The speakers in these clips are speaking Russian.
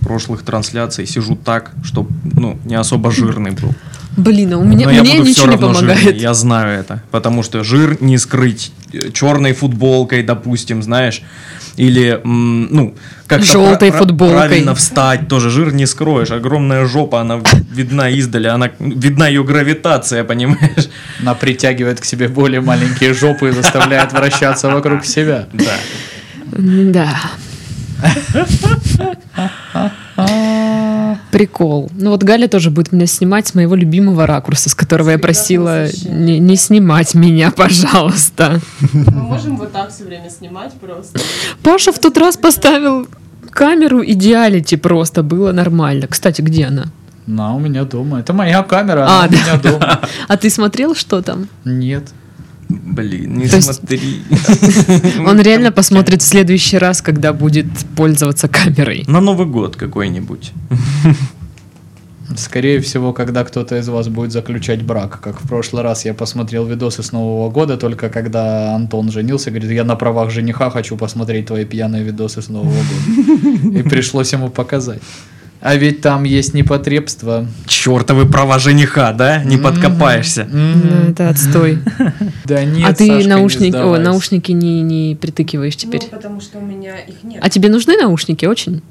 прошлых трансляций сижу так, чтобы не особо жирный был. Блин, мне ничего не помогает. Жирный, я знаю это, потому что жир не скрыть черной футболкой, допустим, знаешь, или как-то желтой футболкой. Правильно встать, тоже жир не скроешь. Огромная жопа, она видна издали, видна ее гравитация, понимаешь? Она притягивает к себе более маленькие жопы и заставляет вращаться вокруг себя. Да. Да. Прикол. Галя тоже будет меня снимать с моего любимого ракурса, с которого я просила не снимать меня, пожалуйста. Мы можем вот так все время снимать просто. Паша в тот раз поставил камеру идеалити, просто было нормально. Кстати, где она? У меня дома. Это моя камера, она у меня дома. А ты смотрел, что там? Нет. Блин, не смотри. Он реально посмотрит в следующий раз, когда будет пользоваться камерой. На Новый год какой-нибудь. Скорее всего, когда кто-то из вас будет заключать брак. Как в прошлый раз я посмотрел видосы с Нового года, только когда Антон женился, говорит, я на правах жениха хочу посмотреть твои пьяные видосы с Нового года. И пришлось ему показать. А ведь там есть непотребство. Чёртовы права жениха, да? Не подкопаешься. Это отстой. Да нет, а ты Сашка, наушники не притыкиваешь теперь? Потому что у меня их нет. А тебе нужны наушники очень?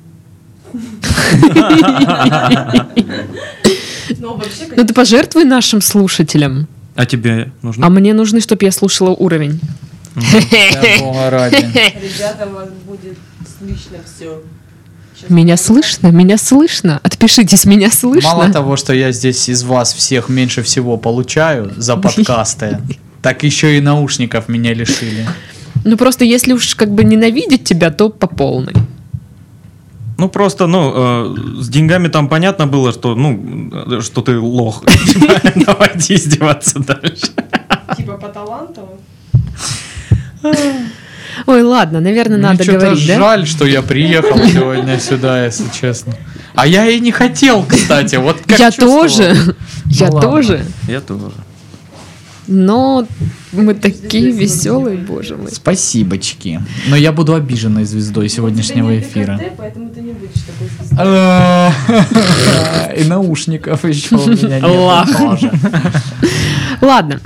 Ты пожертвуй нашим слушателям. А тебе нужны? А мне нужны, чтобы я слушала уровень. Бога ради. Ребята, у вас будет слышно все. Меня слышно? Отпишитесь, меня слышно? Мало того, что я здесь из вас всех меньше всего получаю за подкасты, так еще и наушников меня лишили. Просто если уж ненавидеть тебя, то по полной. Просто, с деньгами там понятно было, что, что ты лох. Давайте издеваться дальше. Типа по таланту? Ой, ладно, наверное, надо говорить, да? Жаль, что я приехал сегодня сюда, если честно. А я и не хотел, кстати. Вот как я чувствовал. тоже. Я тоже. Я тоже. Но мы такие веселые, боже мой. Спасибочки. Но я буду обиженной звездой сегодняшнего эфира. Поэтому ты не будешь такой звездой. И наушников еще у меня нет тоже. Ладно.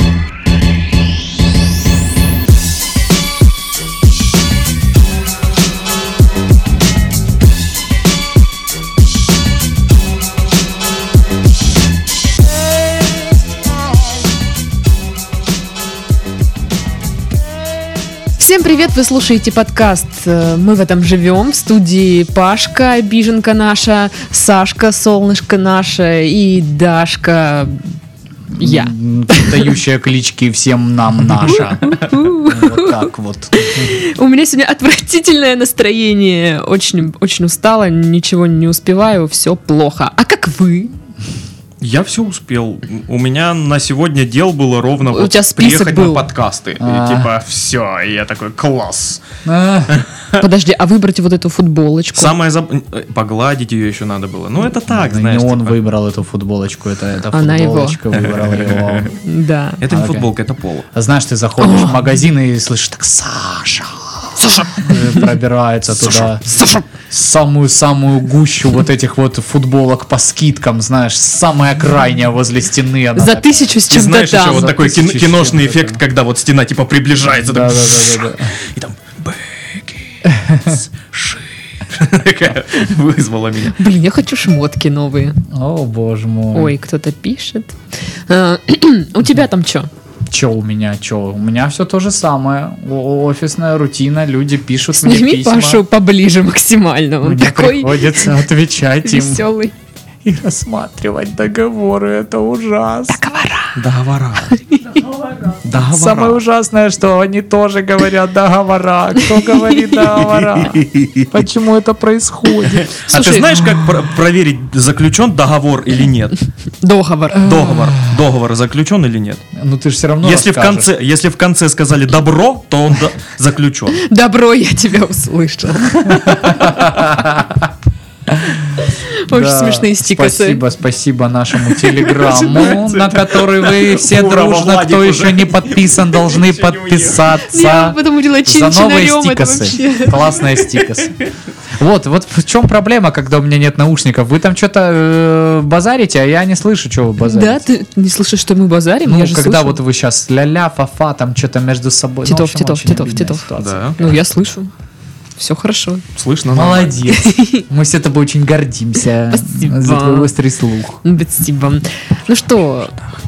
Всем привет, вы слушаете подкаст «Мы в этом живем», в студии Пашка, обиженка наша, Сашка, солнышко наше и Дашка, я. Дающая клички всем нам наша. Вот так вот. У меня сегодня отвратительное настроение, очень, очень устала, ничего не успеваю, все плохо. А как вы? Я все успел. У меня на сегодня дел было ровно у тебя список приехать был. на подкасты. И типа все, и я такой класс. Подожди, а выбрать вот эту футболочку? Погладить ее еще надо было. Ну это так, знаешь. Не он типа... выбрал эту футболочку, это она футболочка выбрала его. Да. Это не футболка, это поло. Знаешь, ты заходишь в магазин и слышишь так: Саша пробирается туда, самую гущу вот этих вот футболок по скидкам, знаешь, самая крайняя возле стены. За 1000 с чем-то знаешь, еще там. вот такой киношный эффект, когда вот стена типа приближается. Да. И там такая вызвала меня. Блин, я хочу шмотки новые. О, боже мой. Ой, кто-то пишет. У тебя там что? Че у меня? У меня все то же самое. Офисная рутина, люди пишут Сними мне письма. Пашу поближе максимально. Он Мне такой приходится отвечать им веселый. и рассматривать договоры. Это ужасно. Договора. Самое ужасное, что они тоже говорят договора. Кто говорит договора? Почему это происходит? А ты знаешь, как проверить, заключен договор или нет? Договор заключен или нет? Ну ты же все равно Если в конце сказали добро, то он заключен. Добро, я тебя услышал. Очень смешные стикосы. Спасибо нашему телеграмму, на который вы все дружно, кто еще не подписан, должны подписаться. Я потом делать за новые чин-чинарем, это стикосы. вообще. Классные стикосы. Вот в чем проблема, когда у меня нет наушников. Вы там что-то базарите, а я не слышу, что вы базарите. Да, ты не слышишь, что мы базарим? Ну, Я же когда слышу. вот вы сейчас ля-ля, фа-фа, там что-то между собой. Титов, Ну, в общем, Титов, очень Титов, обидная Титов. ситуация. Да. Ну, я слышу. Все хорошо. Слышно? Молодец. Мы все тобой очень гордимся Спасибо. за твой острый слух. Спасибо. Ну что,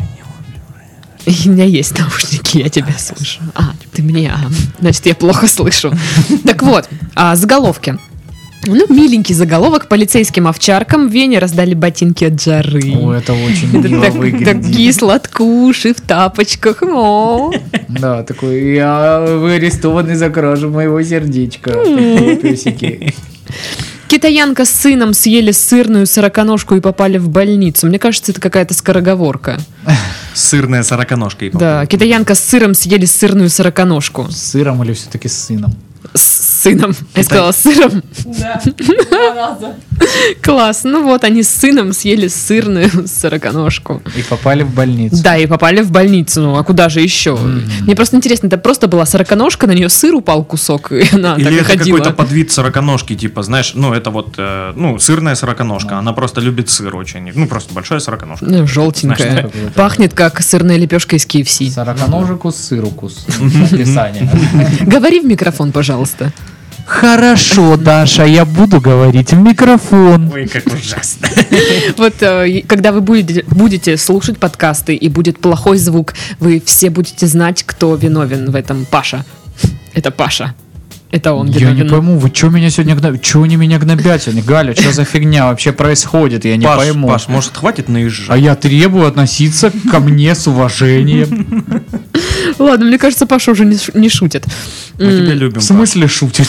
у меня есть наушники, я тебя слышу. Ты мне, значит, я плохо слышу. Так вот, заголовки. Ну, миленький заголовок. Полицейским овчаркам в Вене раздали ботинки от жары. О, это очень мило Такие выглядит. сладкуши в тапочках. О. Да, такой, вы арестованы за кражу моего сердечка. Такие песики. Китаянка с сыном съели сырную сороконожку и попали в больницу. Мне кажется, это какая-то скороговорка. Сырная сороконожка. Да, китаянка с сыром съели сырную сороконожку. С сыром или все-таки с сыном? С сыном. Я сказала, с сыром. Да, 2 раза. Класс. Ну вот, они с сыном съели сырную сороконожку. И попали в больницу. Да, и попали в больницу. Ну, а куда же еще? Мне просто интересно, это просто была сороконожка, на нее сыр упал кусок, и она Или так и это ходила. какой-то подвид сороконожки, типа, знаешь, ну это вот, сырная сороконожка, она просто любит сыр очень, ну просто большая сороконожка. Ну, желтенькая. Знаешь, какое-то- Пахнет как сырная лепешка из KFC. Сороконожикус, сырукус. Описание. Говори в микрофон, пожалуйста. Хорошо, Даша, я буду говорить в микрофон. Ой, как ужасно. Вот когда вы будете слушать подкасты и будет плохой звук, вы все будете знать, кто виновен в этом. Паша. Это Паша. Это он Я не виновен. пойму, вы что меня сегодня гнобите? Чего они меня гнобят сегодня? Галя, что за фигня вообще происходит? Я не пойму. Паш, может, хватит А наезжать? я требую относиться ко мне с уважением. Ладно, мне кажется, Паша уже не шутит. Мы тебя любим. В смысле шутит?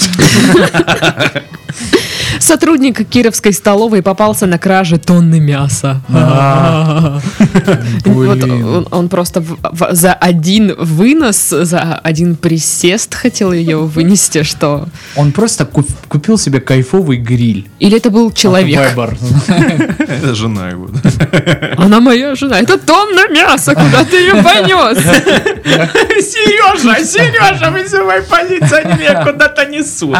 Сотрудник Кировской столовой попался на краже тонны мяса. Вот Блин. он просто за один вынос, за один присест хотел ее вынести, что... Он просто купил себе кайфовый гриль. Или это был человек. Вебер. Это жена его. Она моя жена. Это тонна мяса, куда ты ее понес? Сережа, вызывай полицию, они меня куда-то несут.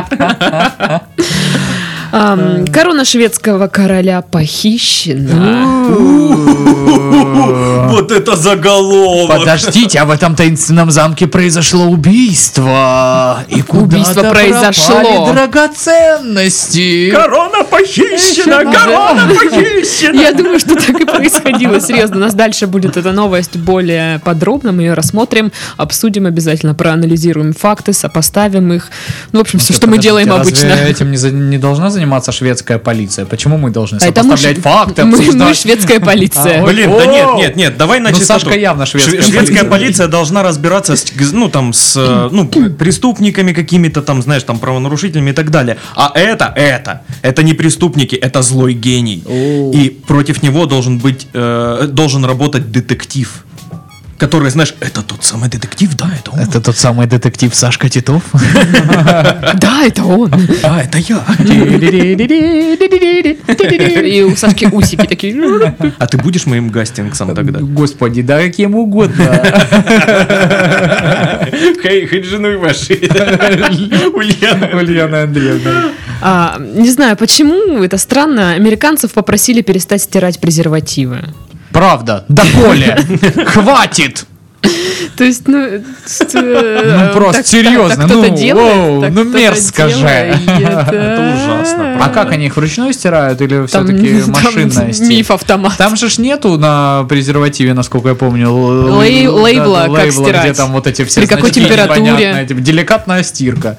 Корона шведского короля похищена. Вот это заголовок. Подождите, а в этом таинственном замке произошло убийство. И куда-то Убийство произошло. пропали драгоценности. Корона похищена, корона похищена. Я думаю, что так и происходило. Серьезно, у нас дальше будет эта новость более подробно. Мы ее рассмотрим, обсудим обязательно, проанализируем факты, сопоставим их. Ну, в общем, все, что мы делаем Разве обычно. этим не должна заниматься шведская полиция? Почему мы должны А это мы сопоставлять ш- факты, мы обсуждать? шведская полиция. Ой, Блин, да нет, давай на Ну, чистоту. Сашка явно шведская Шведская полиция. полиция должна разбираться с, преступниками какими-то там, знаешь, там правонарушителями и так далее. А это не преступники, это злой гений. И против него должен работать детектив. Который, знаешь, это тот самый детектив, да, это он. Это тот самый детектив Сашка Титов. Да, это он. А, это я. И у Сашки усики такие. А ты будешь моим гастингсом тогда? Господи, да каким угодно. Хоть женой вашей. Ульяна Андреевна. Не знаю, почему это странно. Американцев попросили перестать стирать презервативы. Правда, доколе. Хватит. То есть, Ну, просто серьезно, кто-то ну, делает, воу, так ну, кто-то мерзко же. делает. Это ужасно. А как они их вручную стирают или Там- все-таки там машинная стирка? миф-автомат. Там же ж нету на презервативе, насколько я помню, Лейбла, как лейбла, стирать. где там вот эти все При какой значки температуре. непонятные, типа, деликатная стирка.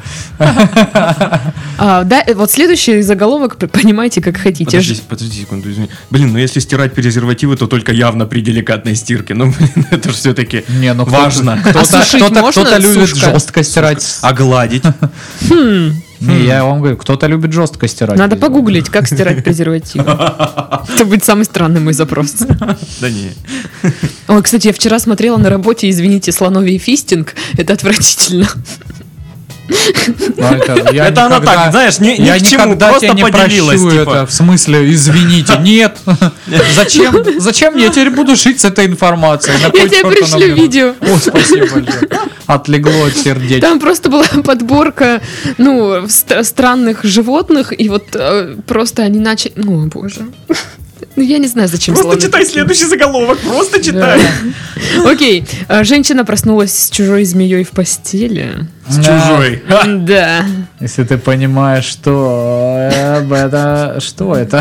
Да, вот следующий заголовок, понимаете, как хотите. Подожди секунду, извини. Блин, ну если стирать презервативы, то только явно при деликатной стирке. Ну, блин, это же все-таки Не, ну важно. сушить можно Кто-то любит сушка? жестко стирать. А гладить? Не, я вам говорю, кто-то любит жестко стирать. Надо погуглить, как стирать презервативы. Это будет самый странный мой запрос. Да не. Ой, кстати, я вчера смотрела на работе, извините, слоновий фистинг. Это отвратительно. Это она так, знаешь, ни Я к чему, никогда просто тебя не поделилась, прощу типа. это. В смысле, извините, нет. Зачем я теперь буду жить с этой информацией? На Я кой тебе черт она пришлю мне- видео. О, спасибо большое. Отлегло от сердечка. Там просто была подборка, ну, странных животных, и вот просто они начали... Ну, о, боже. Ну, я не знаю, зачем Просто слоны читай такие. следующий заголовок, просто читай. Окей. Женщина проснулась с чужой змеей в постели. С чужой. Да. Если ты понимаешь, что что это?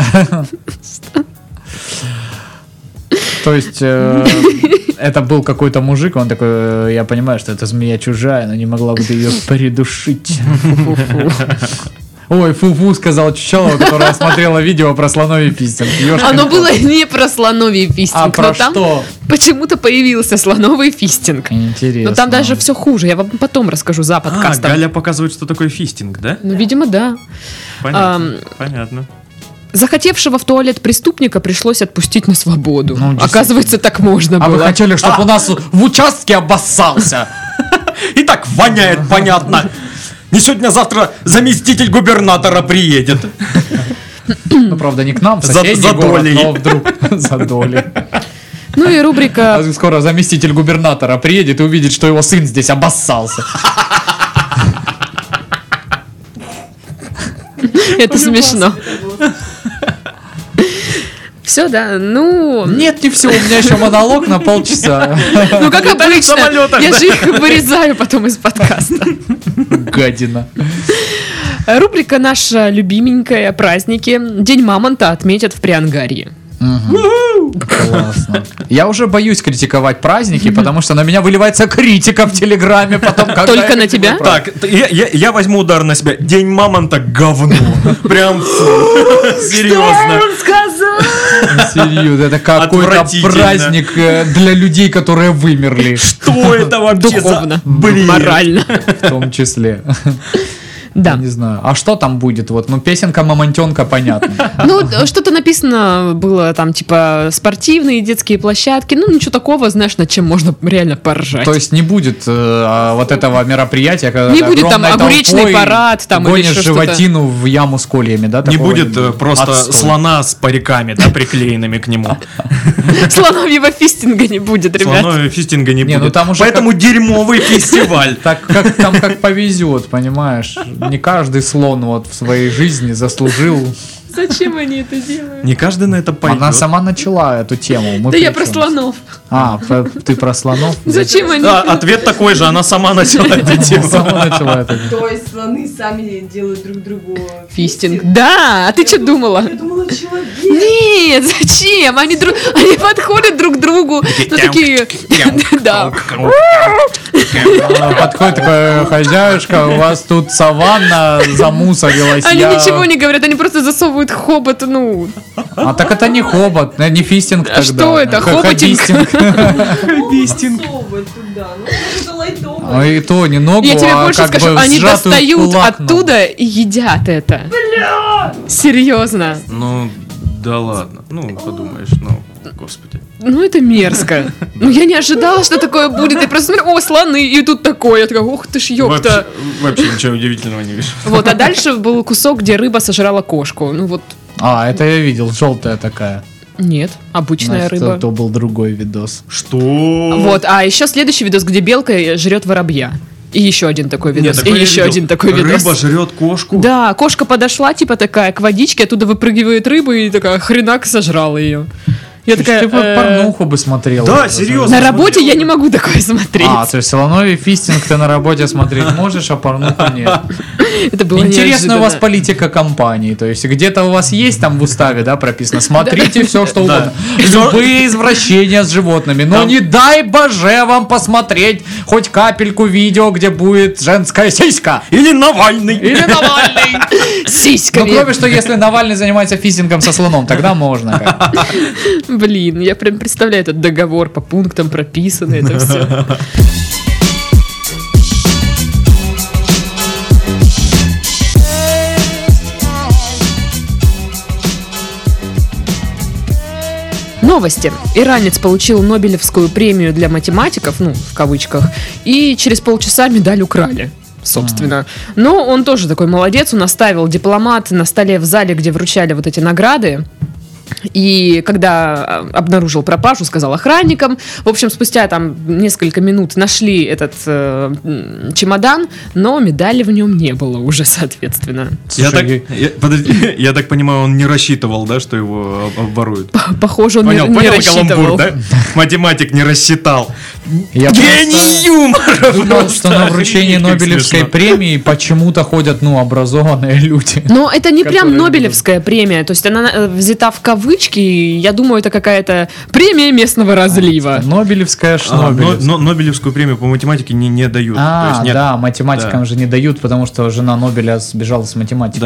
То есть это был какой-то мужик, он такой, я понимаю, что это змея чужая, но не могла бы ты ее придушить. Фу-фу-фу. Ой, фу-фу, сказал Чучалова, которая смотрела видео про слоновий фистинг. Оно было не про слоновий фистинг, А про но там что? почему-то появился слоновый фистинг. Интересно. Но там даже все хуже, я вам потом расскажу за подкастом. Галя показывает, что такое фистинг, да? Ну, видимо, да. Понятно. Захотевшего в туалет преступника пришлось отпустить на свободу. Ну, действительно. Оказывается, так можно А вы было. хотели, чтобы у нас в участке обоссался? И так воняет, понятно. Не сегодня-завтра заместитель губернатора приедет. Ну, правда, не к нам, в За соседний город, долей. но вдруг за долей. Ну и рубрика А скоро заместитель губернатора приедет и увидит, что его сын здесь обоссался. «Это смешно». Все, да, ну... Нет, не все, у меня еще монолог на полчаса. Ну, как Летали в обычно, самолетах, я да. же их вырезаю потом из подкаста. Гадина. Рубрика наша любименькая, праздники. День мамонта отметят в Приангарье. Классно. Я уже боюсь критиковать праздники, потому что на меня выливается критика в Телеграме потом. когда Только я на критикую тебя? праздники. Так, я возьму удар на себя. День мамонта говно. Прям серьезно. Серьезно, это какой-то Отвратительно. праздник для людей, которые вымерли. Что это вообще Духовно, за бред? морально. В том числе. Да. Не знаю. А что там будет? Вот, ну, песенка Мамонтенка, понятно. Ну, что-то написано было там, типа, спортивные детские площадки. Ну, ничего такого, знаешь, над чем можно реально поржать. То есть не будет вот этого мероприятия, когда Не будет там огромной огуречный толпой парад там или гонишь еще что-то. животину в яму с кольями, да? Не Такого будет просто Отстой. слона с париками, да, приклеенными к нему. Слоновьего фистинга не будет, ребят. Слонового фистинга не Не, ну будет. там уже Поэтому дерьмовый фестиваль. Так как повезет, понимаешь? Не каждый слон вот в своей жизни заслужил. Зачем они это делают? Не каждый на это пойдет. Она сама начала эту тему. Мы Да я при про чем? слонов. А, ты про слонов? Зачем они? Да, ответ такой же, она сама начала эту тему. Сама начала это. То есть слоны сами делают друг другу Фистинг. Да, а ты что думала? Я думала, человек. Нет, зачем? Они подходят друг к другу. Ну такие. Да. Подходит такой, хозяюшка, у вас тут саванна замусорилась. Они я- ничего не говорят, они просто засовывают хобот, ну. А так это не хобот, не фистинг тогда. что это? Хоботинг? Хобистинг. Хобистинг. Засовывать туда. Ну, это лайтово. А и то не ногу, Я тебе а больше как скажу, бы они сжатую достают кулак ногу. оттуда и едят это. Серьезно. Ну, да ладно. Ну, подумаешь, ну, господи. Ну, это мерзко. Ну, я не ожидала, что такое будет. Я просто смотрю, о, слоны, и тут такое. Я такая, ух ты ж, ёпта. Вообще ничего удивительного не вижу. Вот, а дальше был кусок, где рыба сожрала кошку. Ну, вот, А, это я видел, желтая такая. нет, обычная Значит, рыба. то был другой видос. Что? Вот, а еще следующий видос, где белка жрет воробья. И еще один такой Нет, видос. И такое я еще видел. один такой видос. Рыба жрет кошку? Да, кошка подошла, типа такая, к водичке, оттуда выпрыгивает рыба и такая хренак сожрала ее. Я такая, Ты бы порнуху бы смотрел. Да, серьезно. на работе я не могу такое смотреть. А, то есть слоновий фистинг ты на работе смотреть можешь, а порнуху нет. Это было Интересная у вас неожиданно. политика компании. То есть где-то у вас есть там в уставе, да, прописано, смотрите все, что Да. угодно. Любые извращения с животными. Но Там- не дай боже вам посмотреть хоть капельку видео, где будет женская сиська. Или Навальный. Или Навальный. С Ну, сиськами. кроме что, если Навальный занимается фистингом со слоном, тогда можно. как. Блин, я прям представляю этот договор по пунктам прописано, это все. Новости. Иранец получил Нобелевскую премию для математиков, ну, в кавычках, и через полчаса медаль украли. собственно. Но он тоже такой молодец, он оставил дипломат на столе в зале, где вручали вот эти награды. И когда обнаружил пропажу, сказал охранникам. В общем, спустя там несколько минут нашли этот чемодан, но медали в нем не было уже, соответственно. Подожди, я так понимаю, он не рассчитывал, да, что его обворуют? Похоже, он Понял, не рассчитывал. каламбур, да? Математик не рассчитал. Я Гений юмора! думал, что на вручении Охренеть, как Нобелевской смешно. премии почему-то ходят, образованные люди. Но это не прям Которые Нобелевская премия, то есть она взята в кавычки, и я думаю, это какая-то премия местного разлива. Нобелевская шнобелевская. Нобелевскую премию по математике не дают. То есть нет- Да, математикам Да. же не дают, потому что жена Нобеля сбежала с математики.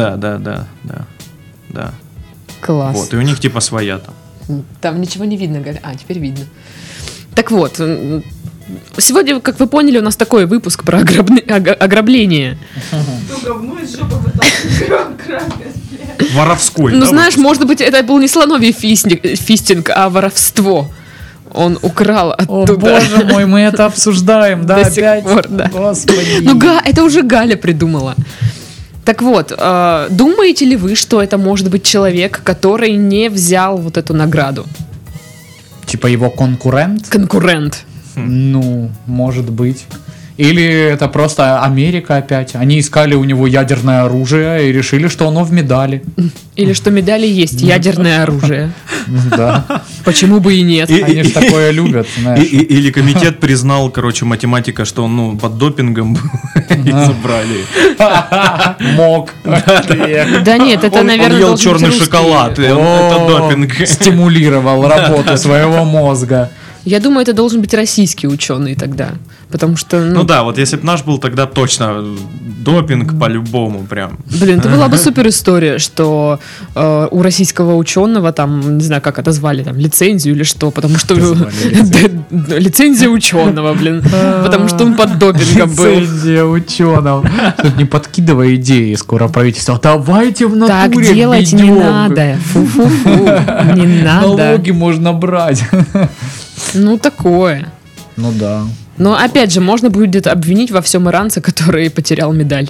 Да. Класс. Вот, и у них типа своя там. Там ничего не видно, Галя. А, теперь видно. Так вот, сегодня, как вы поняли, у нас такой выпуск про ограбление. То говно из жопы вытаскивает, кроме, блядь. Воровской. Ну, да, знаешь, вот. может быть, это был не слоновий фистинг, а воровство. Он украл О, оттуда. боже мой, мы это обсуждаем, да, До сих опять? пор, да. Господи. Ну, это уже Галя придумала. Так вот, думаете ли вы, что это может быть человек, который не взял вот эту награду? Типа его конкурент? Конкурент. Ну, может быть. Или это просто Америка опять. Они искали у него ядерное оружие и решили, что оно в медали. Или что медали есть ядерное оружие. Да. Почему бы и нет? Они же такое любят, знаешь. Или комитет признал, короче, математика, что он под допингом был, и забрали. Мог. Да нет, это, Он наверное, ел должен быть черный русский. шоколад, и это допинг. Стимулировал работу своего мозга. Я думаю, это должен быть российский ученый тогда. Потому что, Ну да, вот если бы наш был, тогда точно допинг по-любому прям. блин, это была бы супер история, что у российского ученого там, не знаю, как это звали, там, лицензию или что, потому что... Лицензия ученого, блин. Потому что он под допингом был. Лицензия ученого. Тут не подкидывай идеи, скоро правительство. Давайте в натуре Так делать не введем. надо. Фу-фу-фу. Не надо. Налоги можно брать. Ну, такое. Ну да. Но, опять же, можно будет обвинить во всем иранца, который потерял медаль.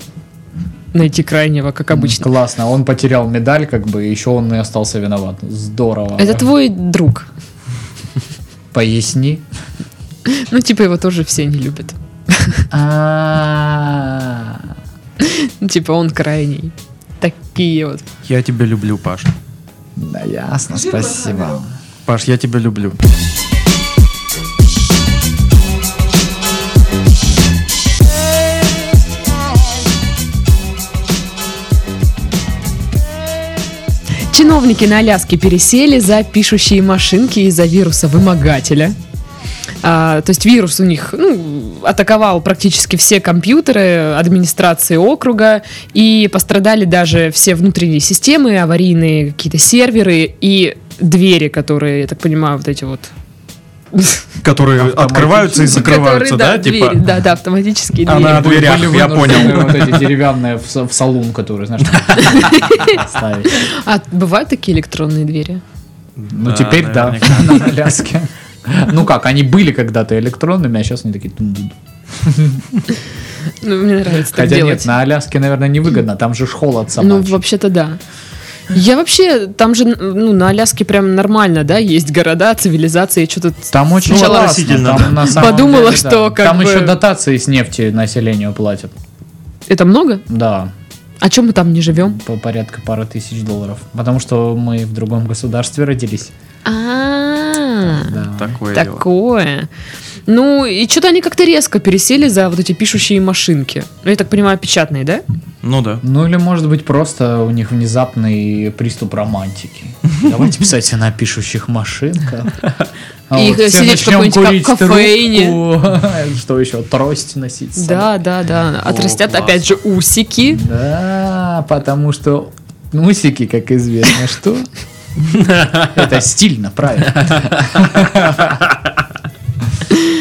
Найти крайнего, как обычно. Классно. Он потерял медаль, как бы, еще он и остался виноват. Здорово. Это твой друг. Поясни. Ну, типа, его тоже все не любят. Ну, типа, он крайний. Такие вот. Я тебя люблю, Паш. Да, ясно, спасибо. Паш, я тебя люблю. Чиновники на Аляске пересели за пишущие машинки из-за вируса-вымогателя. То есть вирус у них атаковал практически все компьютеры администрации округа, и пострадали даже все внутренние системы, аварийные какие-то серверы и двери, которые, я так понимаю, вот эти вот... Которые открываются и закрываются, которые, да? двери, Типа. да, автоматические А двери. на дверях, Были я вынуждены понял. Вот эти деревянные в салон, которые, знаешь, ставить. А бывают такие электронные двери? Ну Да, теперь да, наверняка. на Аляске. Ну как, они были когда-то электронными, а сейчас они такие тум-дум. Ну, мне нравится так Хотя делать. нет, на Аляске, наверное, невыгодно, там же ж холод Ну, собачий. вообще-то да. Я вообще, там же, на Аляске прям нормально, да, есть города, цивилизации, что-то... Там очень Ну, классно, относительно, там да. на самом Подумала, деле, что да. как Там бы- еще дотации с нефти населению платят. Это много? Да, А чем мы там не живем? по порядка пары тысяч долларов. Потому что мы в другом государстве родились. Да. Такое дело. Такое. Ну, и что-то они как-то резко пересели за вот эти пишущие машинки. Ну, я так понимаю, печатные, да? Ну да. Ну или может быть просто у них внезапный приступ романтики. Давайте писать на пишущих машинках. А И все сидеть в начнем какой-нибудь курить кафейне. трубку. Что еще? Трость носить. с собой. Да. Отрастят, классно. опять же, усики. Да, потому что усики, как известно, что? Это стильно, правильно.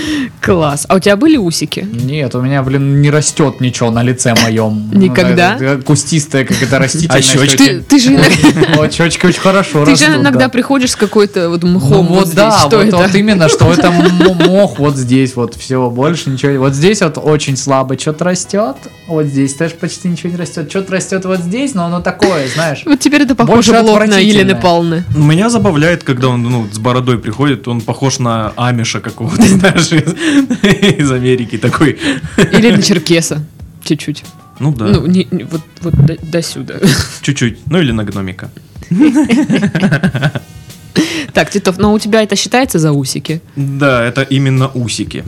Класс. А у тебя были усики? Нет, у меня, блин, не растет ничего на лице моем. Никогда? Это кустистая какая-то растительность. А щечки? Ты же иногда, Вот щечки очень хорошо ты же растут, иногда да. приходишь с какой-то вот мхом Ну вот вот здесь. да, Что это? вот именно, что это мох вот здесь, вот все, больше ничего. Вот здесь вот очень слабо что-то растет, вот здесь тоже почти ничего не растет. Что-то растет вот здесь, но оно такое, знаешь. Вот теперь это Больше похоже блок на отвратительное. Елены Павловны. Меня забавляет, когда он с бородой приходит, он похож на Амиша какого-то, знаешь, из Америки такой. Или на черкеса. Чуть-чуть. Ну да, Ну, вот до сюда. чуть-чуть. Ну или на гномика. Так, Титов, но у тебя это считается за усики? Да, это именно усики.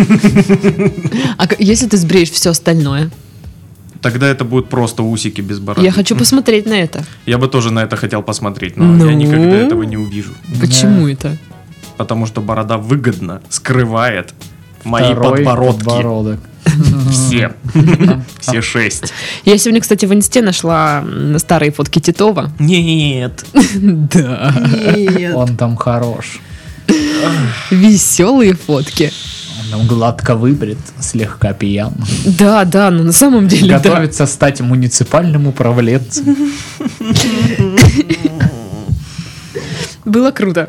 А если ты сбреешь все остальное? Тогда это будут просто усики без бороды. Я хочу посмотреть на это. Я бы тоже на это хотел посмотреть, но Ну? я никогда этого не увижу. Почему это? Потому что борода выгодно скрывает мои Второй подбородки. подбородок. Все. Все 6. Я сегодня, кстати, в инсте нашла старые фотки Титова. Нет. Да. Он там хорош. Веселые фотки. Он там гладко выбрит, слегка пьян. Да, да, но на самом деле, да. Готовится стать муниципальным управленцем. Было круто.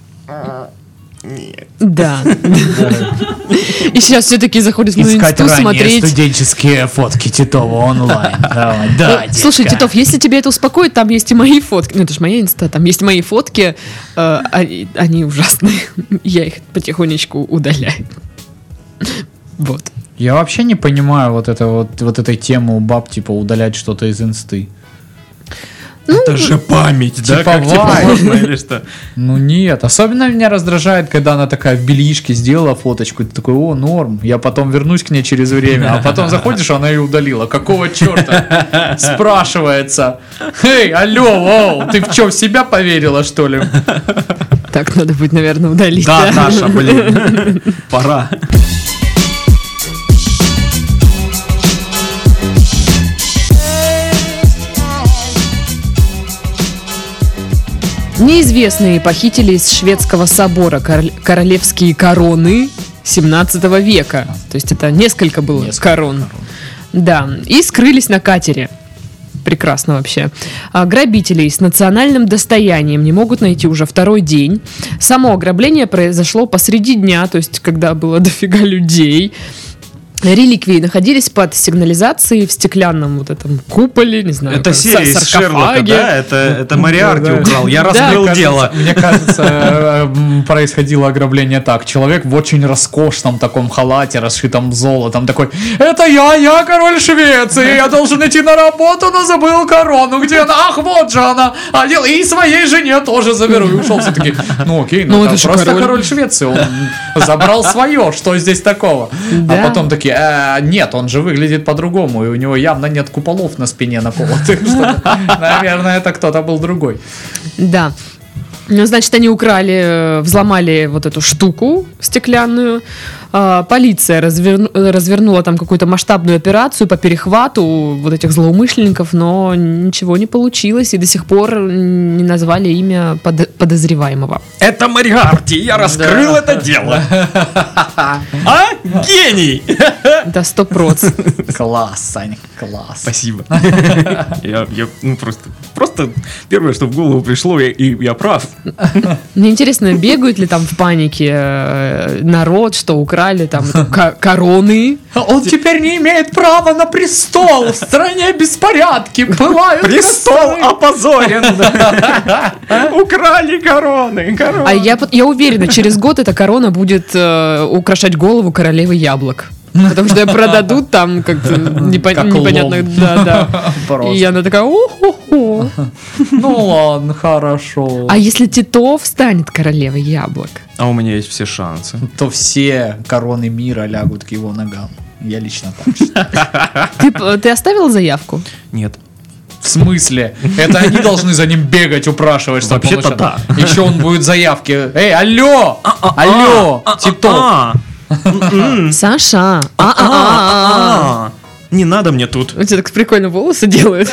Нет. Да. И сейчас все таки заходят на Искать инсту ранее смотреть. студенческие фотки Титова онлайн. Давай, да, Слушай, детка. Титов, если тебя это успокоит, там есть и мои фотки. Ну, это же моя инста, там есть мои фотки. Они ужасные. Я их потихонечку удаляю. Вот. Я вообще не понимаю вот этой темы у баб, типа, удалять что-то из инсты. Это же память, да? Как Типовая. типа можно или что? Ну нет, особенно меня раздражает, когда она такая в бельишке сделала фоточку, и ты такой, о, норм, я потом вернусь к ней через время, а потом заходишь, она ее удалила. Какого черта? Спрашивается. Эй, алло, воу, ты в что, в себя поверила, что ли? Так надо будет, наверное, удалить. Да, Даша, блин. Пора. Неизвестные похитили из шведского собора королевские короны 17 века. То есть это несколько было корон. Да, и скрылись на катере. Прекрасно вообще. А грабителей с национальным достоянием не могут найти уже второй день. Само ограбление произошло посреди дня, то есть когда было дофига людей. Реликвии находились под сигнализацией в стеклянном вот этом куполе, не знаю, Это серия из Шерлока, саркофаге. да? Это Мориарти Да. украл. Я Да. раскрыл дело. Мне кажется, происходило ограбление так. Человек в очень роскошном таком халате, расшитом золотом, такой, это я король Швеции, я должен идти на работу, но забыл корону, где она? Ах, вот же она, одел, и своей жене тоже заберу. И ушел все таки, ну окей, Ну, ну это это же просто король. король Швеции, он забрал свое, что здесь такого? Да. А потом такие, нет, он же выглядит по-другому, и у него явно нет куполов на спине наколотых. Наверное, это кто-то был другой. Да. Ну, значит, они украли, взломали вот эту штуку стеклянную. Полиция развернула там какую-то масштабную операцию по перехвату вот этих злоумышленников, но ничего не получилось, и до сих пор не назвали имя подозреваемого. Это Мориарти, я раскрыл это дело. А? Гений! Да, 100%. Класс, Сань, класс. Спасибо. Я просто первое, что в голову пришло, и я прав. Мне интересно, бегают ли там в панике народ, что украли там короны. Он теперь не имеет права на престол. В стране беспорядки. Бывают Престол опозорен. Украли короны. А я уверена, через год эта корона будет украшать голову королевы яблок. Потому что продадут там как-то непонятно. лом. Да. Просто. И она такая, о-хо-хо. Ну ладно, хорошо. А если Титов станет королевой яблок? А у меня есть все шансы. То все короны мира лягут к его ногам. Я лично так считаю. Ты оставил заявку? Нет. В смысле? Это они должны за ним бегать, упрашивать, чтобы Вообще-то да. Еще он будет заявки. Эй, алло! Алло, Титов! Саша. Не надо мне тут. У тебя так прикольно волосы делают.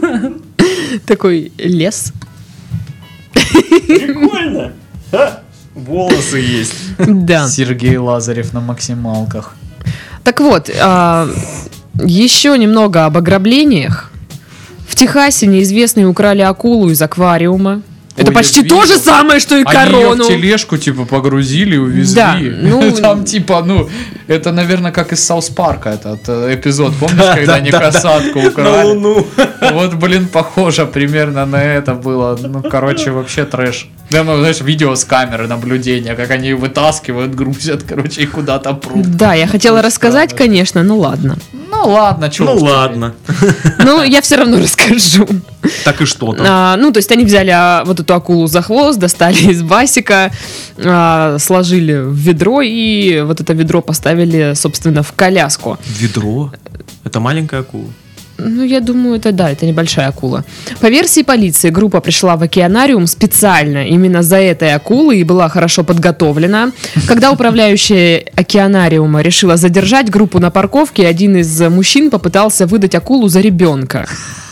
Такой лес. Прикольно. Волосы есть. Да. Сергей Лазарев на максималках. Так вот, еще немного об ограблениях. В Техасе неизвестные украли акулу из аквариума. Это Ой, почти я то видел. же самое, что и Они ее корону. в тележку, типа, погрузили, увезли. Да, ну- Там, типа, это, наверное, как из Саус Парка этот эпизод. Помнишь, когда они да. касатку На украли? Луну. Вот, блин, похоже примерно на это было. Ну, короче, вообще трэш. Да, ну, знаешь, видео с камеры наблюдения, как они вытаскивают, грузят, короче, и куда-то прут. Да, я хотела Очень рассказать, странно. конечно, ну ладно. Ну, ладно, чё Ну уж теперь. ладно. Ну, я все равно расскажу. Так и что там? Ну, то есть они взяли вот эту акулу за хвост, достали из басика, сложили в ведро и вот это ведро поставили, собственно, в коляску. Ведро? Это маленькая акула. Ну, я думаю, это небольшая акула. По версии полиции, группа пришла в океанариум специально именно за этой акулой и была хорошо подготовлена. Когда управляющая океанариума решила задержать группу на парковке, один из мужчин попытался выдать акулу за ребенка.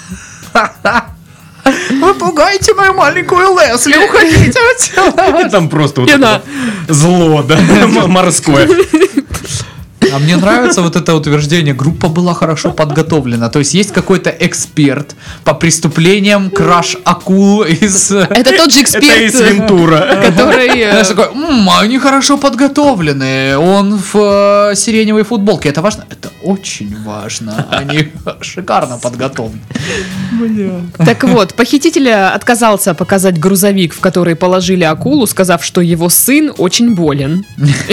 Вы пугаете мою маленькую Лесли, уходите отсюда. Там просто вот Пена. это вот зло, да, морское. А мне нравится вот это утверждение, группа была хорошо подготовлена. То есть есть какой-то эксперт по преступлениям краш акул из... Это тот же Это эксперт, из Вентура. который... Знаешь, такой, они хорошо подготовлены, он в сиреневой футболке. Это важно? Это очень важно. Они шикарно подготовлены. Так вот, похититель отказался показать грузовик, в который положили акулу, сказав, что его сын очень болен.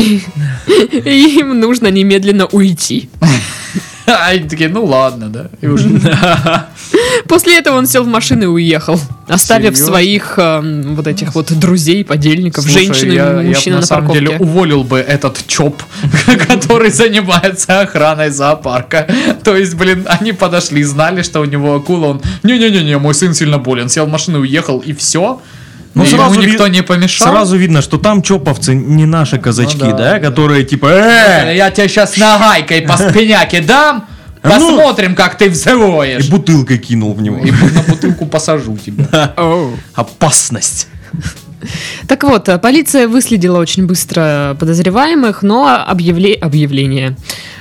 И им нужно немедленно уйти. А они такие, ну ладно, да. И уже. После этого он сел в машину и уехал, оставив Серьезно? своих вот этих вот друзей, подельников, Слушай, женщину я и мужчину б на самом деле парковке. уволил бы этот ЧОП, который занимается охраной зоопарка. То есть, блин, они подошли, знали, что у него акула, он, не-не-не, мой сын сильно болен, сел в машину и уехал, и все. Ну, Ему сразу никто ви- не помешал. Сразу видно, что там чоповцы не наши казачки, Ну да, да, да. которые типа, Я тебе сейчас нагайкой по спиняке дам, А ну. посмотрим, как ты взвоешь. и бутылкой кинул в него. И на бутылку посажу тебя. Опасность. Так вот, полиция выследила очень быстро подозреваемых, но обвинения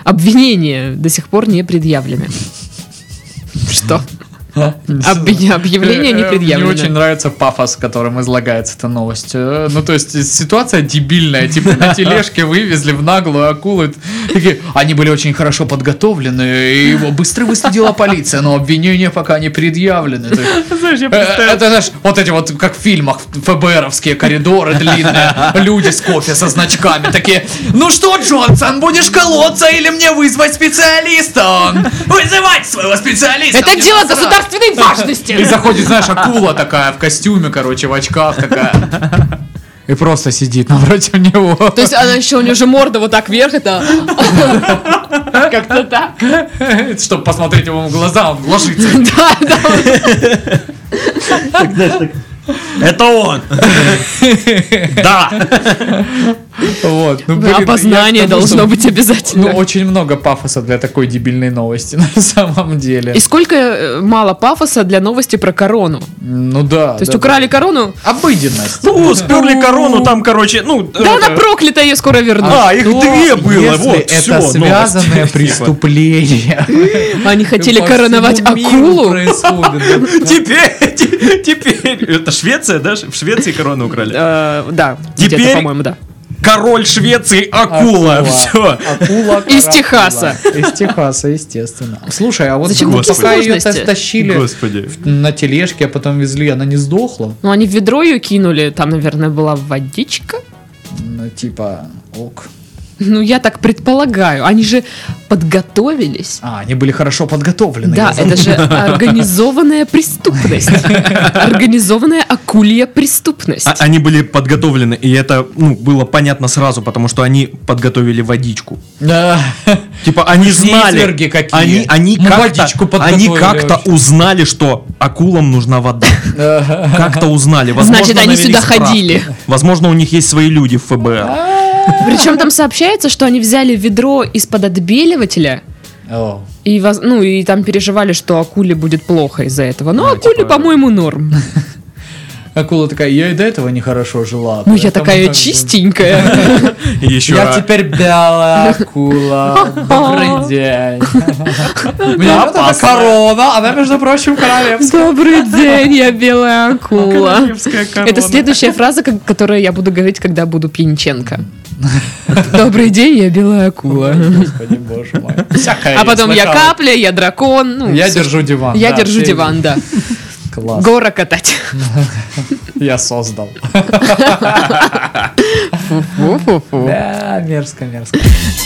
до сих пор не предъявлены. Что? Объявление не Мне очень предъявлено. нравится пафос, которым излагается эта новость. Ну, то есть, ситуация дебильная. Типа, на тележке вывезли в наглую акулу. Такие, они были очень хорошо подготовлены, и его быстро выследила полиция, но обвинения пока не предъявлены. То есть, Знаешь, я это, знаешь, вот эти вот, как в фильмах, ФБРовские коридоры длинные, люди с кофе со значками такие, ну что, Джонсон, будешь колоться или мне вызвать специалиста? Вызывать своего специалиста! Это мне дело насрать. государственной И важности! заходит, знаешь, акула такая в костюме, короче, в очках такая. И просто сидит напротив него. То есть она еще, у нее же морда вот так вверх, это... Как-то так. Чтобы посмотреть ему в глаза, он ложится. Да, да. Это он. Да. Вот. Ну, блин, Опознание я к тому, должно что, быть Ну, обязательно. очень много пафоса для такой дебильной новости, на самом деле. И сколько мало пафоса для новости про корону. Ну да. То есть да, украли корону, да. Обыденность. Ну, сперли корону, там, короче, ну... да она проклята, ее скоро вернут. их Что, две было, если вот, это всё, связанное новость. преступление. Они хотели По короновать всему миру акулу. происходит. Теперь, это Швеция, да? В Швеции корону украли. Да, Теперь- где-то, по-моему, да. Король Швеции акула, все. Акула. Из каракула. Техаса. Из Техаса, естественно. Слушай, а вот Зачем вот такие пока ее сложности? тащили Господи. на тележке, а потом везли, она не сдохла? Ну, они в ведро ее кинули, там, наверное, была водичка. Ну, типа, ок. Ну, я так предполагаю. Они же подготовились. А, они были хорошо подготовлены. Да, я это же организованная преступность. Организованная акулья преступность. Они были подготовлены, и это было понятно сразу, потому что они подготовили водичку. Да. Типа они ж не знали, изверги какие. они Мы водичку как-то, они подготовили как-то вообще. узнали, что акулам нужна вода. Как-то узнали. Возможно, Значит, они навели сюда справки. ходили. Возможно, у них есть свои люди в ФБР. Причем там сообщается, что они взяли ведро из-под отбеливателя. О. И, и там переживали, что акуле будет плохо из-за этого. Но Ну, акуле, типа- по-моему, норм. Акула такая, я и до этого нехорошо жила. Ну, я поэтому такая как бы- чистенькая. И еще Я теперь белая акула. Добрый день. У меня вот эта корона, она, между прочим, королевская. Добрый день, я белая акула. королевская корона. Это следующая фраза, которую я буду говорить, когда буду пьянченко. Добрый день, я белая акула. Господи, боже мой. Всякое А потом я слыхал. капля, я дракон. Ну, Я всё, держу диван. Я да, держу все- диван, да. Класс. Гора катать. Я создал. Фу-фу-фу-фу. Да, мерзко, мерзко.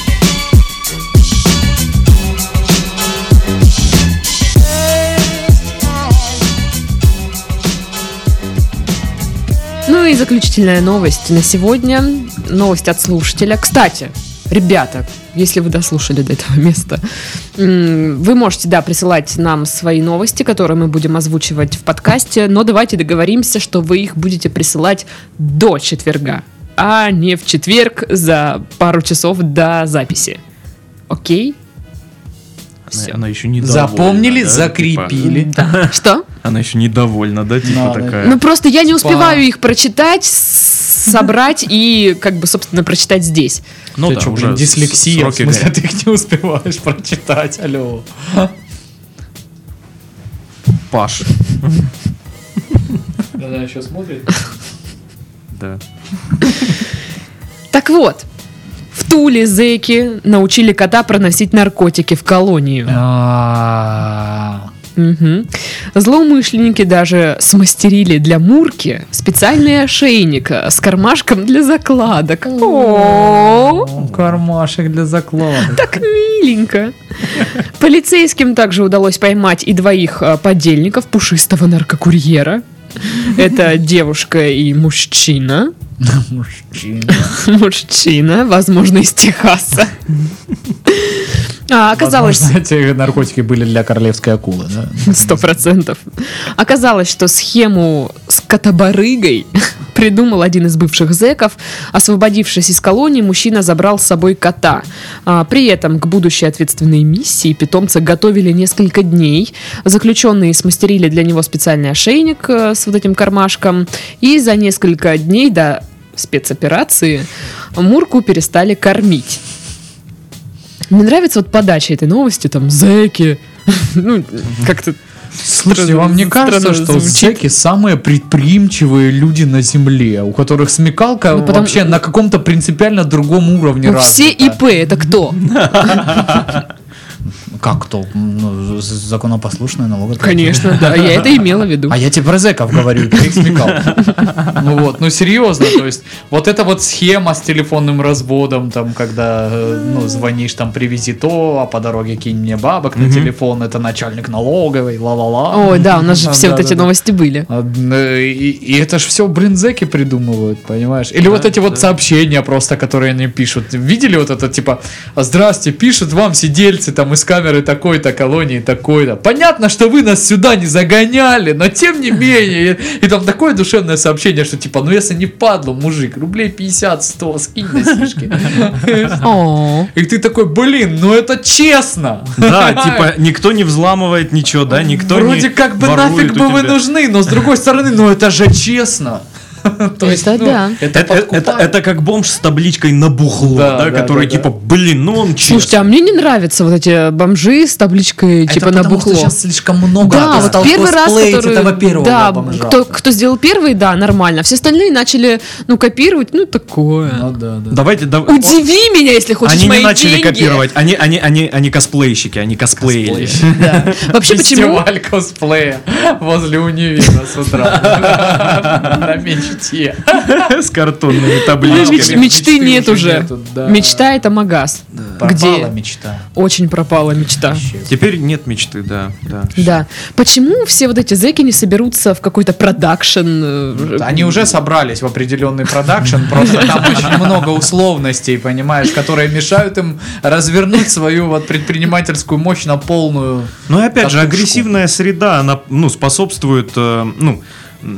Ну и заключительная новость на сегодня. Новость от слушателя. Кстати, ребята, если вы дослушали до этого места, вы можете, да, присылать нам свои новости, которые мы будем озвучивать в подкасте, но давайте договоримся, что вы их будете присылать до четверга, а не в четверг за пару часов до записи. Окей? Она еще недовольна. Запомнили, да, закрепили. типа. Что? Она еще недовольна, да, типа Да, такая. Ну просто я не успеваю их прочитать, собрать и, как бы, собственно, прочитать здесь. Ну У тебя да, что, уже блин, дислексия, в сроки смысле, горят. ты их не успеваешь прочитать, алло. Паш. Она еще смотрит. Да. Так вот, в Туле зэки научили кота проносить наркотики в колонию. Мгм. Злоумышленники даже смастерили для Мурки специальный ошейник с кармашком для закладок. О, Кармашек для закладок. так миленько. Полицейским также удалось поймать и двоих подельников пушистого наркокурьера. Это девушка и мужчина. Мужчина. Мужчина, возможно, из Техаса. Оказалось... Возможно, эти наркотики были для королевской акулы, да? 100%. Оказалось, что схему с котобарыгой придумал один из бывших зэков. Освободившись из колонии, мужчина забрал с собой кота. При этом к будущей ответственной миссии питомца готовили несколько дней. Заключенные смастерили для него специальный ошейник с вот этим кармашком. И за несколько дней до спецоперации Мурку перестали кормить. Мне нравится вот подача этой новости, там, зэки, ну, как-то... Слушайте, вам не кажется, странно что звучит? зэки самые предприимчивые люди на земле, у которых смекалка Ну, потому- вообще на каком-то принципиально другом уровне Ну, развита? все ИП, это кто? Как кто? Ну, законопослушные налогоплательщики. Конечно, да, я это имела в виду. А я тебе про зэков говорю, про их смекалку. Ну вот, ну серьезно, то есть вот эта вот схема с телефонным разводом, там, когда, ну, звонишь, там, привези то, а по дороге кинь мне бабок на телефон, это начальник налоговой, ла-ла-ла. Ой, да, у нас же все вот эти Да-да-да. новости были. И это ж все, блин, зэки придумывают, понимаешь? Или вот эти вот сообщения просто, которые они пишут. Видели вот это, типа, здрасте, пишут вам сидельцы там из камеры такой-то, колонии такой-то. Понятно, что вы нас сюда не загоняли, но тем не менее. И там такое душевное сообщение, что типа, ну если не впадло, мужик, рублей 50-100, скинь на сишки. О, И ты такой, блин, ну это честно. Да, типа никто не взламывает ничего, да, никто не Вроде как бы ворует нафиг у бы вы тебя. нужны, но с другой стороны, ну это же честно. То есть, Это ну, да. Это подкупает. Это как бомж с табличкой на бухло, Да, да, да, который да, типа, блин, ну он честный. слушайте, а мне не нравятся вот эти бомжи с табличкой Это типа на потому, бухло. что сейчас слишком много Да, вот стал первый раз, косплеить который, этого первого да, бомжа. кто сделал первый, да, нормально. Все остальные начали, ну, копировать, ну, такое. Ну да, да. Давайте, Удиви меня, если хочешь Они мои не начали деньги. копировать, они косплейщики, они косплеили. Да. Вообще, почему? Фестиваль косплея возле универа с утра. На мечте. С картонными Ну, табличками. мечты нет уже. нету, да. Мечта — это магаз. Пропала Где мечта. очень пропала мечта. Теперь нет мечты, да, да. Да. Почему все вот эти зэки не соберутся в какой-то продакшн? Они уже собрались в определенный продакшн, просто там очень много условностей, понимаешь, которые мешают им развернуть свою вот предпринимательскую мощь на полную. Ну и опять же, Катушку. агрессивная среда, она, ну, способствует,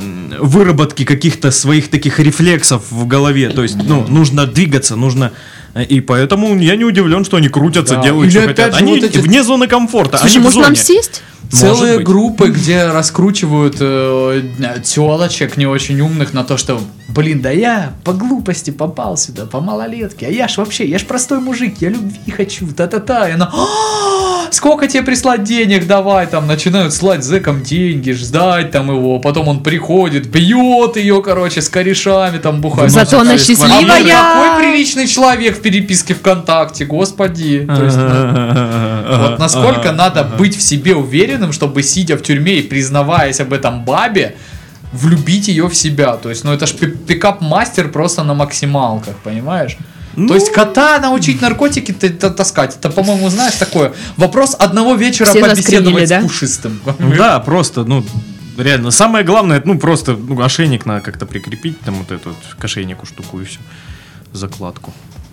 выработке каких-то своих таких рефлексов в голове. То есть, ну, нужно двигаться, нужно И поэтому я не удивлен, что они крутятся, Да. делают, Или что опять хотят. же Они вот эти- вне зоны комфорта, Слушай, они в может нам зоне. сесть? Целые быть. группы, где раскручивают телочек не очень умных на то, что, блин, да я по глупости попал сюда, по малолетке, а я ж простой мужик, я любви хочу, та-та-та. И она, сколько тебе прислать денег, давай, там, начинают слать зэкам деньги, ждать там его, потом он приходит, бьет ее, короче, с корешами, там, бухает. Зато она А счастливая. какой приличный человек в переписке ВКонтакте, господи. То есть, вот насколько надо быть в себе уверенным, чтобы, сидя в тюрьме и признаваясь об этом бабе, влюбить ее в себя. То есть, ну это ж пикап-мастер просто на максималках, понимаешь? Ну. То есть кота научить наркотики таскать, это, по-моему, знаешь, такое вопрос одного вечера Все нас побеседовать приняли, да? с пушистым. Да, просто, ну, реально. Самое главное, ну, просто ошейник надо как-то прикрепить, там вот эту вот к ошейнику штуку и все. Закладку.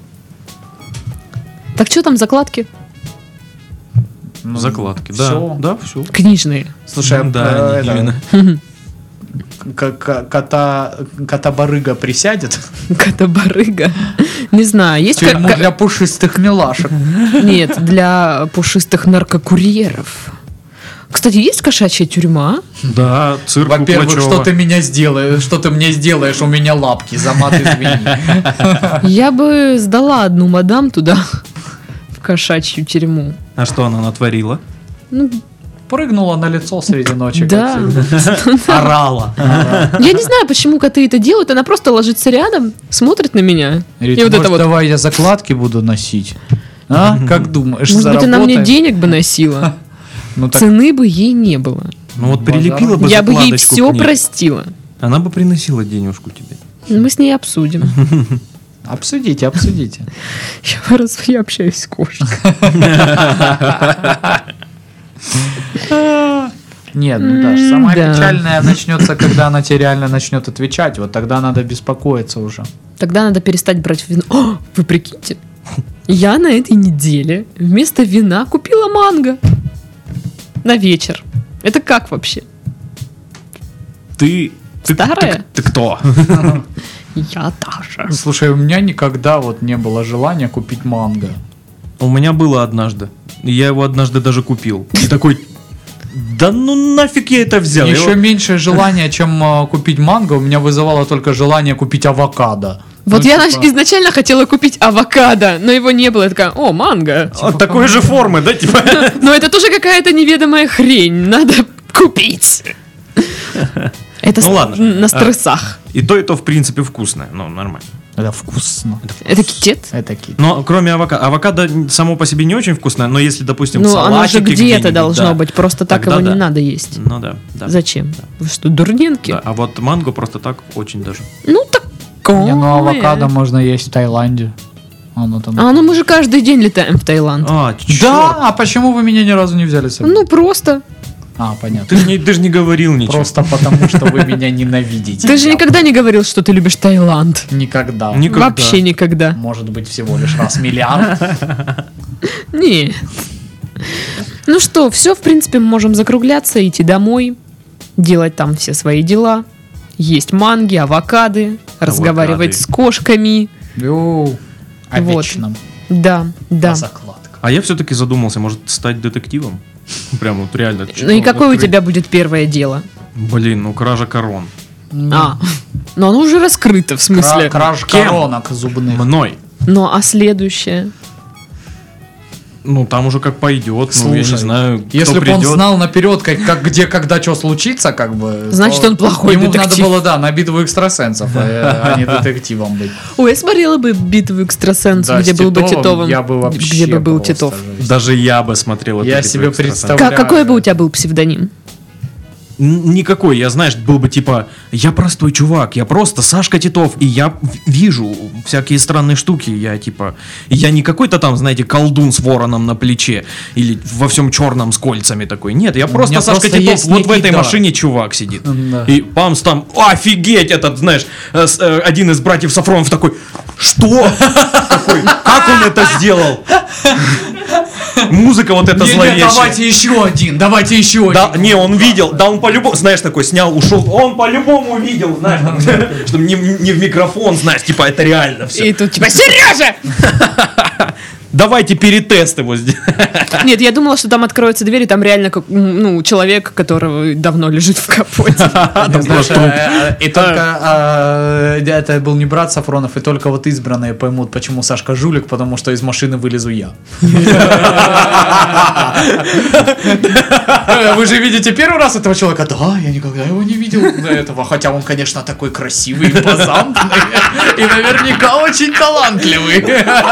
Так что там закладки? Ну, Закладки, да. всё. Да, все. Книжные. Слушай, Да, это, именно. кота-барыга присядет Кота-барыга. Не знаю, есть в тюрьму как... для пушистых милашек. Нет, для пушистых наркокурьеров. Кстати, есть кошачья тюрьма? Да, цирк Во-первых, Куклачёва. что ты мне сделаешь, у меня лапки, за мат извини. Я бы сдала одну мадам туда, в кошачью тюрьму. А что она натворила? Ну, Прыгнула на лицо среди ночи. да. Орала. Я не знаю, почему коты это делают. Она просто ложится рядом, смотрит на меня. И вот это вот. Давай я закладки буду носить. А? Как думаешь, Может быть, она мне заработаем? денег бы носила. Ну так Цены бы ей не было. Ну вот Базар. прилепила бы Я бы ей закладочку все к ней. простила. Она бы приносила денежку тебе. Мы с ней обсудим. обсудите. Я общаюсь с кошкой. Нет, ну Даш, самое Да. печальное начнется, когда она тебе реально начнет отвечать. Вот тогда надо беспокоиться уже. Тогда надо перестать брать вино. О, вы прикиньте, я на этой неделе вместо вина купила манго на вечер. Это как вообще? Ты Старая? Ты кто? Я Таша. Слушай, у меня никогда вот не было желания купить манго. У меня было однажды. Я его однажды даже купил. И такой, да ну нафиг я это взял. Я Еще его- меньшее желание, чем купить манго, у меня вызывало только желание купить авокадо. Вот Ну, я типа, изначально хотела купить авокадо, но его не было. Я такая, о, манго. Вот такой же формы, да, типа? Но это тоже какая-то неведомая хрень. Надо купить. Это Ну ладно. на стрессах. И то, в принципе, вкусное. Ну, нормально. Это вкусно. Это китет? Это кит. Но кроме авокадо. Авокадо само по себе не очень вкусное, но если, допустим, Ну, в оно же салатике где-то где-нибудь, должно да, быть. Просто так тогда его не да. надо есть. Ну да, да. Зачем? Вы что, дурненки? Да, а вот манго просто так очень даже. Ну, такое. Не, ну авокадо можно есть в Таиланде. Оно там... А ну мы же каждый день летаем в Таиланд. А, чёрт. Да, а почему вы меня ни разу не взяли с собой? Ну, просто. А, понятно. Ты же не говорил ничего. Просто потому, что вы меня ненавидите. Ты же никогда не говорил, что ты любишь Таиланд. Никогда. Никогда. Вообще никогда. Может быть, всего лишь раз миллиард. Нет. Ну что, все, в принципе, мы можем закругляться, идти домой, делать там все свои дела, есть манги, авокады, разговаривать с кошками. Йоу. О Вот. вечном. Да, да. О закладках. А я все-таки задумался, может стать детективом? Прям вот реально. Ну и какое у тебя будет первое дело? Блин, ну кража корон. А, но оно уже раскрыто, в смысле. Краж Кем? коронок зубных. Мной. Ну, а следующее? Ну там уже как пойдет, ну я не Слушай, знаю, кто Если бы он придет. знал наперед, как где, когда, что случится, как бы... Значит, то он плохой ему детектив. надо было, да, на битву экстрасенсов, а не детективом быть. Ой, я смотрела бы битву экстрасенсов, Да, где с был бы Титовым Титовым. я бы вообще где бы был просто Титов. жесть. Даже я бы смотрел эту Я битву себе экстрасенсов. представляю. Какой бы у тебя был псевдоним? Никакой, я, знаешь, был бы типа, я простой чувак, я просто Сашка Титов, и я вижу всякие странные штуки, я типа, я не какой-то там, знаете, колдун с вороном на плече, или во всем черном с кольцами такой, нет, я просто меня Сашка просто Титов, есть вот в некий этой дар. машине чувак сидит, Да. и памс там, офигеть, этот, знаешь, один из братьев Сафронов такой, что? Такой, как он это сделал? Музыка вот эта зловещая. Давайте еще один. Да, не, он видел, да он по-любому, знаешь, такой снял, ушел, он по-любому видел, знаешь, там, чтобы не в микрофон, знаешь, типа это реально все. И тут типа Сережа! Давайте перетест его сделаем. Нет, я думала, что там откроются двери, там реально человек, который давно лежит в капоте. Знаешь, и только это был не брат Сафронов, и только вот избранные поймут, почему Сашка жулик, потому что из машины вылезу я. Вы же видите первый раз этого человека? Да, я никогда его не видел до этого, хотя он, конечно, такой красивый, импозантный и наверняка очень талантливый.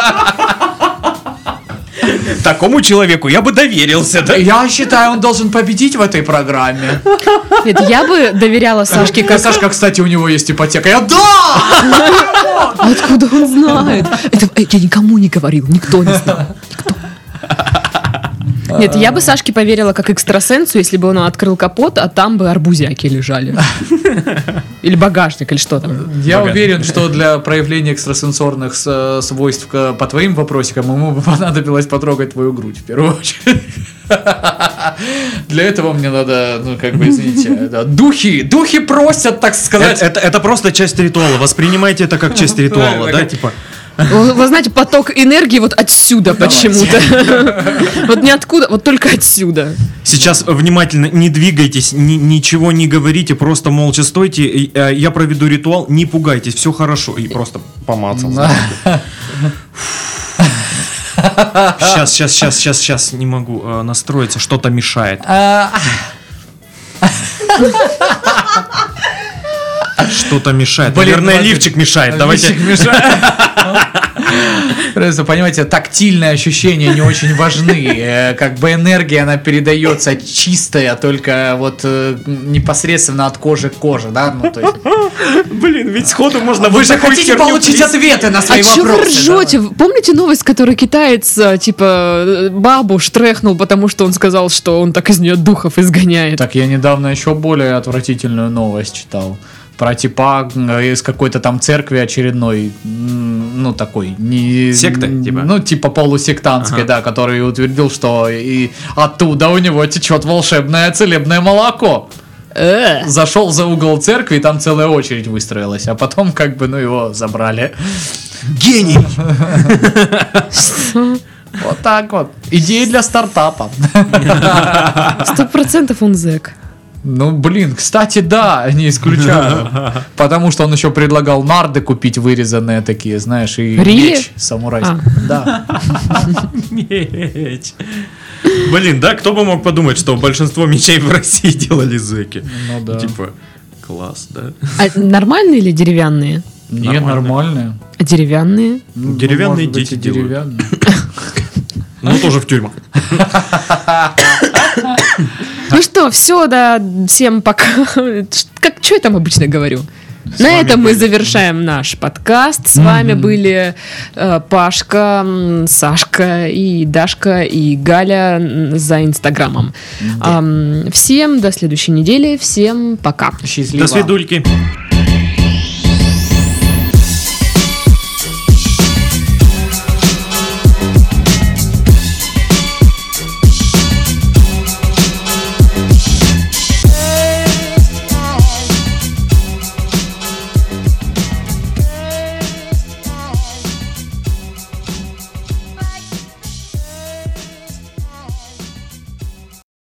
Такому человеку я бы доверился, да? Я считаю, он должен победить в этой программе. Нет, я бы доверяла Сашке как... Сашка, кстати, у него есть ипотека. Я да! Откуда он знает? Это я никому не говорил, никто не знал. Никто. Нет, я бы Сашке поверила как экстрасенсу, если бы он открыл капот, а там бы арбузяки лежали. Или багажник, или что там. Я уверен, что для проявления экстрасенсорных свойств по твоим вопросикам ему бы понадобилось потрогать твою грудь в первую очередь. Для этого мне надо, извините, да, духи просят, так сказать. Это просто часть ритуала. Воспринимайте это как часть ритуала, да, типа. Вы знаете, поток энергии вот отсюда почему-то. Вот ниоткуда, вот только отсюда. Сейчас внимательно не двигайтесь, ничего не говорите, просто молча стойте. Я проведу ритуал, не пугайтесь, все хорошо. И просто помацал. Сейчас не могу настроиться, что-то мешает. Что-то мешает. Наверное, лифчик мешает. Давайте. Просто, понимаете, тактильные ощущения не очень важны. Как бы энергия, она передается чистая, только вот непосредственно от кожи к коже, да? Ну, то есть... Блин, ведь сходу можно... Вы же хотите получить ответы на свои вопросы. А чё вы ржете? Да? Помните новость, которой китаец, типа, бабу штрехнул, потому что он сказал, что он так из нее духов изгоняет? Так я недавно еще более отвратительную новость читал. Про типа из какой-то там церкви очередной, ну такой не секта, типа? Ну типа полусектантской, да, который утвердил, что и оттуда у него течет волшебное целебное молоко. Зашел за угол церкви, и там целая очередь выстроилась, а потом как бы, ну его забрали. Гений! Вот так вот. Идеи для стартапа. 100% он зэк. Ну, блин, кстати, да, не исключаю. Потому что он еще предлагал нарды купить вырезанные такие, знаешь, и меч самурайский. Да. Меч. Блин, да, кто бы мог подумать, что большинство мечей в России делали зэки. Ну да. Типа, класс, да? А нормальные или деревянные? Не, нормальные. А деревянные? Деревянные дети делают. Ну, тоже в тюрьмах. Ну что, все, да, всем пока. Что я там обычно говорю? На этом мы завершаем наш подкаст. С вами были Пашка, Сашка и Дашка и Галя за Инстаграмом. Всем до следующей недели. Всем пока. Счастливо. До свидульки.